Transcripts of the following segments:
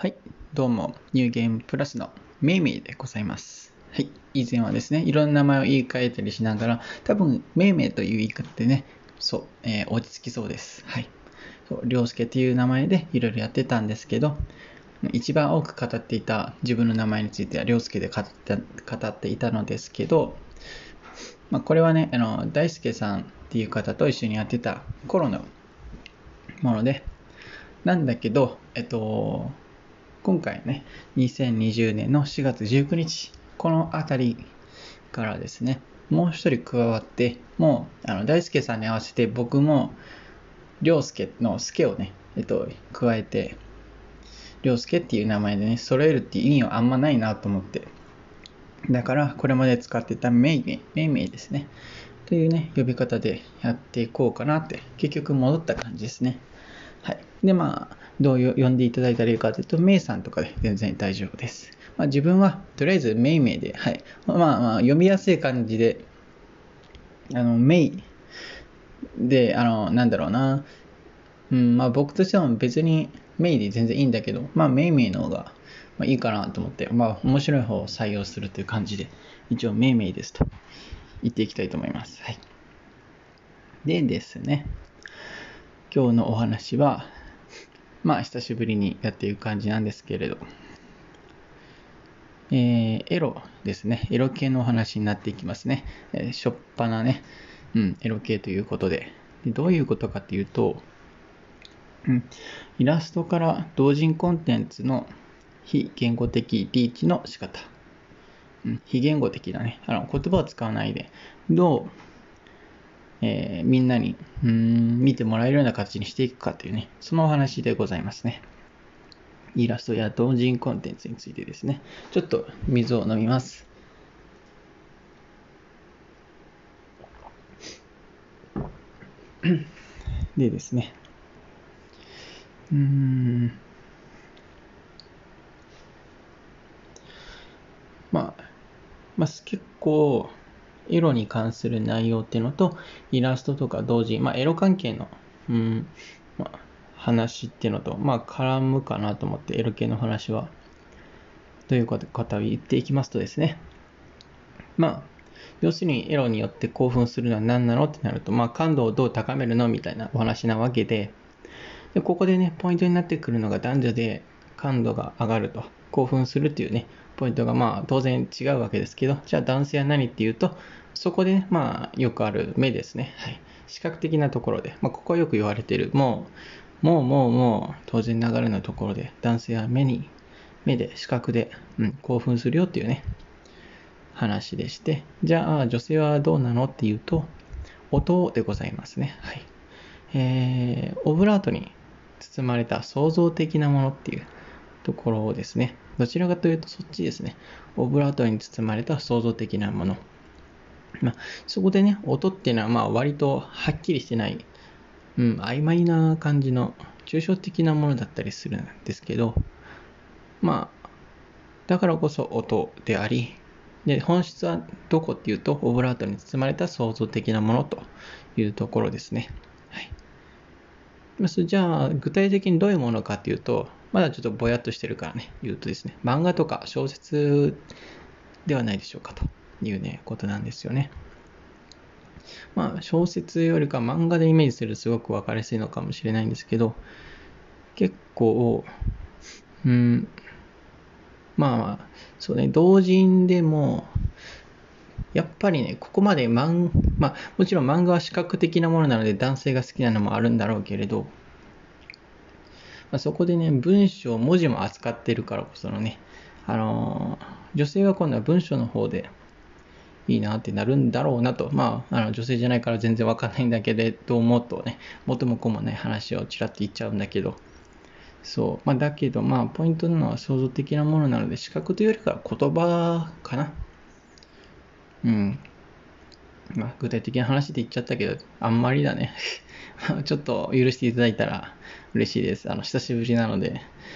はい、どうも、ニューゲームプラスのメイメイでございます。はい、以前はですね、いろんな名前を言い換えたりしながら、多分、メイメイという言い方でね、そう、落ち着きそうです。はい。そう、りょうすけという名前でいろいろやってたんですけど、一番多く語っていた自分の名前についてはりょうすけで語っていたのですけど、これはね、大輔さんっていう方と一緒にやってた頃のもので、なんだけど、今回ね、2020年の4月19日、このあたりからですね、もう一人加わって、もう、大輔さんに合わせて僕も、涼介の介をね、加えて、涼介っていう名前でね、揃えるっていう意味はあんまないなと思って。だから、これまで使ってたメイメイですね。というね、呼び方でやっていこうかなって、結局戻った感じですね。はい。で、どう呼んでいただいたらいいかというと、メイさんとかで全然大丈夫です。自分は、とりあえずメイメイで、はい。読みやすい感じで、メイで、なんだろうな。僕としては別にメイで全然いいんだけど、メイメイの方がいいかなと思って、面白い方を採用するという感じで、一応メイメイですと言っていきたいと思います。はい。でですね、今日のお話は、久しぶりにやっていく感じなんですけれど、エロですね。エロ系のお話になっていきますね。しょっぱなね、エロ系ということで。どういうことかというと、イラストから同人コンテンツの非言語的リーチの仕方。非言語的だね。言葉を使わないで、どう、みんなに見てもらえるような形にしていくかというね、そのお話でございますね。イラストや同人コンテンツについてですね。ちょっと水を飲みます。でですね。結構、エロに関する内容っていうのと、イラストとか同時、エロ関係の、話っていうのと、絡むかなと思って、エロ系の話は。ということを言っていきますとですね。要するにエロによって興奮するのは何なのってなると、感度をどう高めるのみたいなお話なわけで、ここでね、ポイントになってくるのが男女で感度が上がると、興奮するっていうね、ポイントが当然違うわけですけど、じゃあ男性は何っていうと、そこでね、よくある目ですね。はい。視覚的なところで、ここはよく言われている、もう、当然ながらのところで、男性は目で、視覚で、興奮するよっていうね、話でして、じゃあ女性はどうなのっていうと、音でございますね。はい。オブラートに包まれた創造的なものっていうところですね。どちらかというとそっちですね。オブラートに包まれた創造的なもの。そこでね、音っていうのは割とはっきりしてない、曖昧な感じの抽象的なものだったりするんですけど、だからこそ音であり、で本質はどこっていうと、オブラートに包まれた創造的なものというところですね。はい。じゃあ具体的にどういうものかっていうと、まだちょっとぼやっとしてるからね、言うとですね、漫画とか小説ではないでしょうかというね、ことなんですよね。小説よりか漫画でイメージするとすごく分かりやすいのかもしれないんですけど、結構、そうね、同人でも、やっぱりね、ここまでもちろん漫画は視覚的なものなので男性が好きなのもあるんだろうけれど、そこでね、文字も扱ってるからこそのね、女性は今度は文章の方でいいなってなるんだろうなと、女性じゃないから全然わかんないんだけれどもとね、元も子もない話をちらっと言っちゃうんだけど、そう、だけどポイントなのは創造的なものなので、視覚というよりかは言葉かな。具体的な話で言っちゃったけど、あんまりだね。ちょっと許していただいたら嬉しいです。久しぶりなので。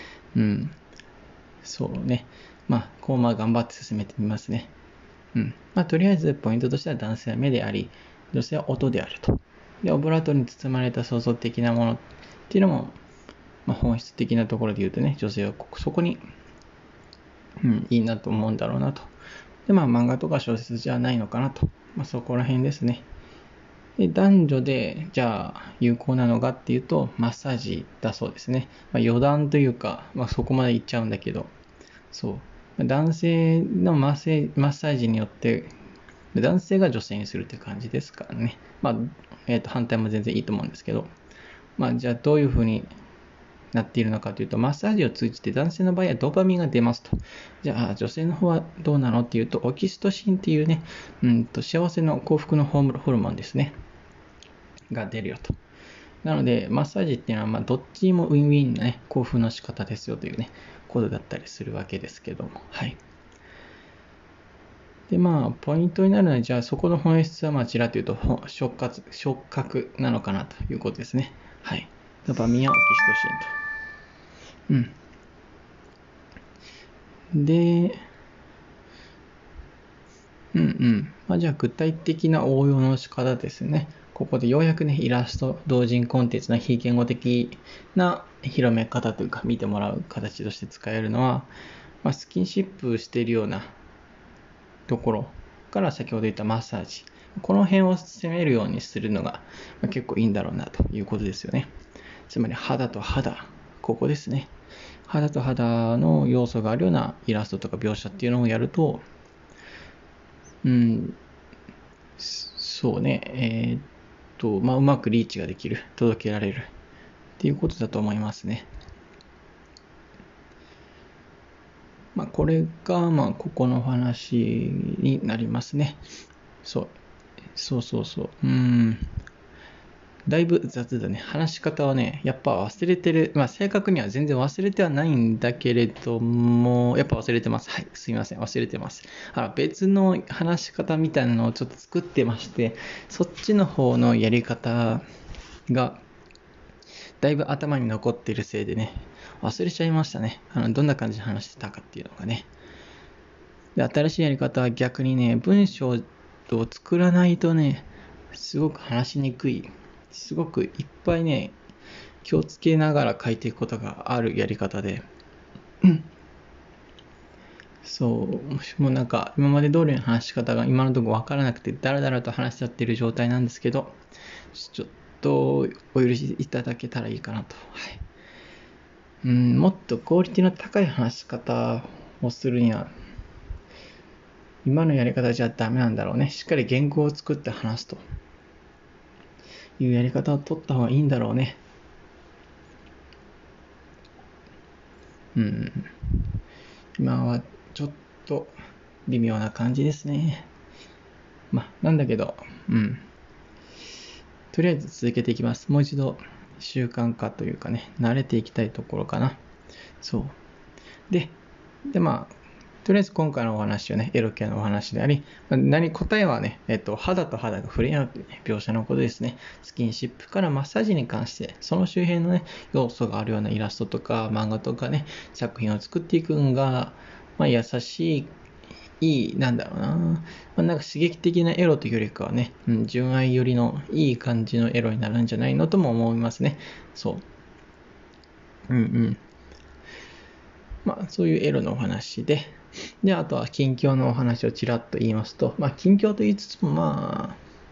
そうね。こう頑張って進めてみますね。とりあえずポイントとしては男性は目であり、女性は音であると。で、オブラートに包まれた創造的なものっていうのも、 本質的なところで言うとね、女性はそこに、いいなと思うんだろうなと。で、漫画とか小説じゃないのかなと。そこら辺ですね。で、男女で、じゃあ、有効なのがっていうと、マッサージだそうですね。余談というか、そこまで言っちゃうんだけど、そう。男性のマッサージによって、男性が女性にするって感じですからね。反対も全然いいと思うんですけど、じゃあどういうふうになっているのかというと、マッサージを通じて男性の場合はドーパミンが出ますと。じゃあ女性の方はどうなのっていうと、オキシトシンっていうね、幸せの幸福のホルモンですね。が出るよと。なので、マッサージっていうのは、どっちもウィンウィンなね、興奮の仕方ですよというね、ことだったりするわけですけども。はい。で、ポイントになるのは、じゃあそこの本質は、ちらっと言うと、触覚なのかなということですね。はい。ドーパミンやオキシトシンと。で、じゃあ具体的な応用の仕方ですね。ここでようやくね、イラスト同人コンテンツの非言語的な広め方というか、見てもらう形として使えるのは、スキンシップしているようなところから先ほど言ったマッサージ。この辺を攻めるようにするのが結構いいんだろうなということですよね。つまり肌と肌、ここですね。肌と肌の要素があるようなイラストとか描写っていうのをやると、そうね、うまくリーチができる、届けられるっていうことだと思いますね。これが、ここのお話になりますね。そう。だいぶ雑だね。話し方はね、やっぱ忘れてる。正確には全然忘れてはないんだけれども、やっぱ忘れてます。はい、すいません。忘れてます。別の話し方みたいなのをちょっと作ってまして、そっちの方のやり方が、だいぶ頭に残っているせいでね、忘れちゃいましたね。どんな感じで話してたかっていうのがね。で、新しいやり方は逆にね、文章を作らないとね、すごく話しにくい。すごくいっぱいね、気をつけながら書いていくことがあるやり方で、もうなんか今まで通りの話し方が今のところわからなくてダラダラと話しちゃってる状態なんですけど、ちょっとお許しいただけたらいいかなと。はい。もっとクオリティの高い話し方をするには、今のやり方じゃダメなんだろうね。しっかり言語を作って話すというやり方を取った方がいいんだろうね。今はちょっと微妙な感じですね。なんだけど、とりあえず続けていきます。もう一度習慣化というかね、慣れていきたいところかな。そう。で、とりあえず今回のお話はね、エロ系のお話であり、答えはね、肌と肌が触れ合うという、ね、描写のことですね。スキンシップからマッサージに関して、その周辺のね、要素があるようなイラストとか漫画とかね、作品を作っていくのが、優しい、なんだろうな、なんか刺激的なエロというよりかはね、純愛寄りのいい感じのエロになるんじゃないのとも思いますね。そう。そういうエロのお話で、あとは近況のお話をちらっと言いますと、近況と言いつつも、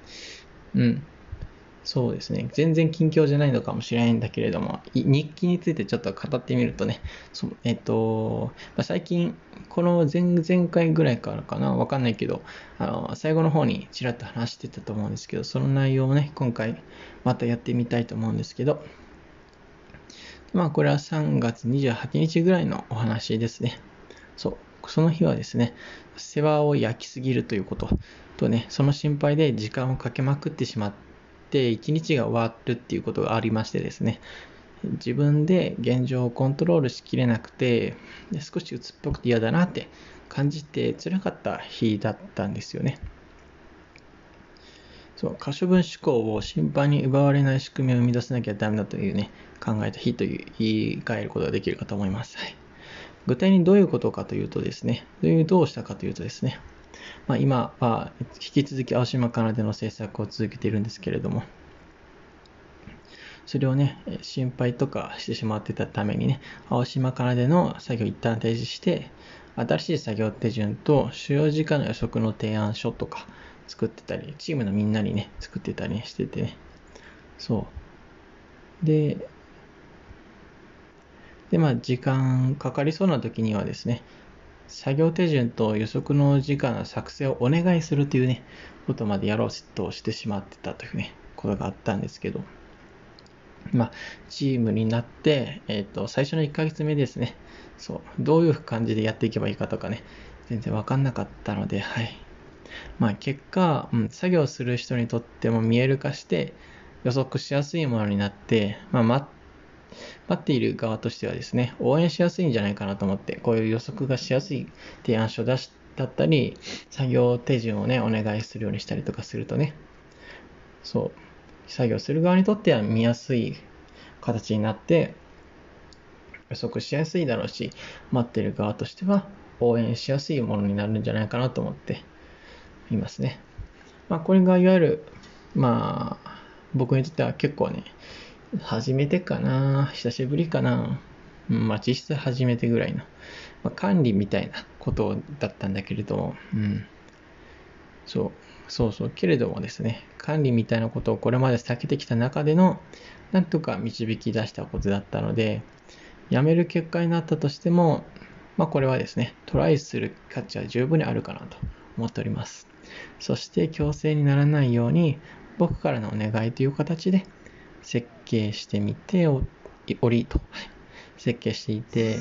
そうですね。全然近況じゃないのかもしれないんだけれども、日記についてちょっと語ってみるとね、最近、この前々回ぐらいからかな、わかんないけど、最後の方にちらっと話してたと思うんですけど、その内容をね、今回またやってみたいと思うんですけど、これは3月28日ぐらいのお話ですね。その日はですね、世話を焼きすぎるということとね、その心配で時間をかけまくってしまって、一日が終わるっていうことがありましてですね、自分で現状をコントロールしきれなくて、少し鬱っぽくて嫌だなって感じて辛かった日だったんですよね。可処分思考を頻繁に奪われない仕組みを生み出さなきゃダメだというね、考えた日という言い換えることができるかと思います。はい、具体にどういうことかというとですね、どうしたかというとですね、今は引き続き青島かなでの制作を続けているんですけれども、 それをね、心配とかしてしまってたためにね、青島からでの作業を一旦停止して、新しい作業手順と所要時間の予測の提案書とか作ってたり、チームのみんなにね、作ってたりしててね。そう。で、時間かかりそうな時にはですね、作業手順と予測の時間の作成をお願いするというね、ことまでやろうとしてしまってたというね、ことがあったんですけど、チームになって、最初の1ヶ月目ですね、そう、どういう感じでやっていけばいいかとかね、全然わかんなかったので、はい。結果、作業する人にとっても見える化して予測しやすいものになって、待っている側としてはですね、応援しやすいんじゃないかなと思って、こういう予測がしやすい提案書だったり、作業手順をね、お願いするようにしたりとかするとね、そう、作業する側にとっては見やすい形になって、予測しやすいだろうし、待っている側としては応援しやすいものになるんじゃないかなと思っていますね。これがいわゆる、僕にとっては結構ね、初めてかな、久しぶりかな、実質初めてぐらいの、管理みたいなことだったんだけれども、そう、けれどもですね、管理みたいなことをこれまで避けてきた中での、なんとか導き出したことだったので、やめる結果になったとしても、これはですね、トライする価値は十分にあるかなと思っております。そして強制にならないように、僕からのお願いという形で設計してみておりと、設計していて、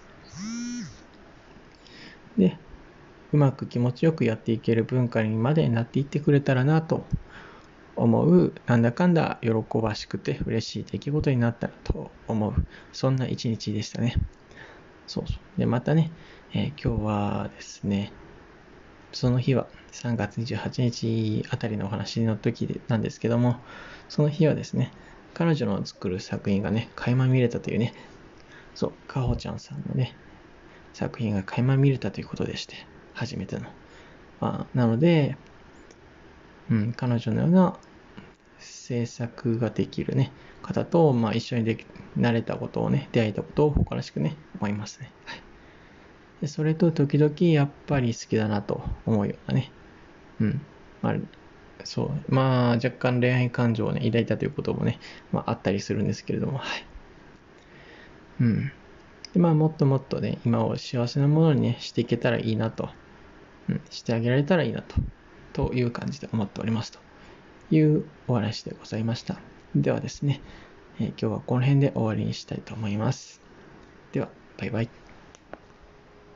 で、うまく気持ちよくやっていける文化にまでなっていってくれたらなと思う、なんだかんだ喜ばしくて嬉しい出来事になったらと思う、そんな一日でしたね。で、またね、今日はですね、その日は3月28日あたりのお話の時なんですけども、その日はですね、彼女の作る作品がね、垣間見れたというね、かほちゃんさんのね、作品が垣間見れたということでして、初めての。なので、彼女のような制作ができるね、方と、一緒になれたことをね、出会えたことを誇らしくね、思いますね。はい。でそれと時々やっぱり好きだなと思うようなね、若干恋愛感情をね、抱いたということもね、あったりするんですけれども、はい。で、もっともっとね、今を幸せなものにね、していけたらいいなと、してあげられたらいいなという感じで思っておりますというお話でございました。ではですね、今日はこの辺で終わりにしたいと思います。では、バイバイ。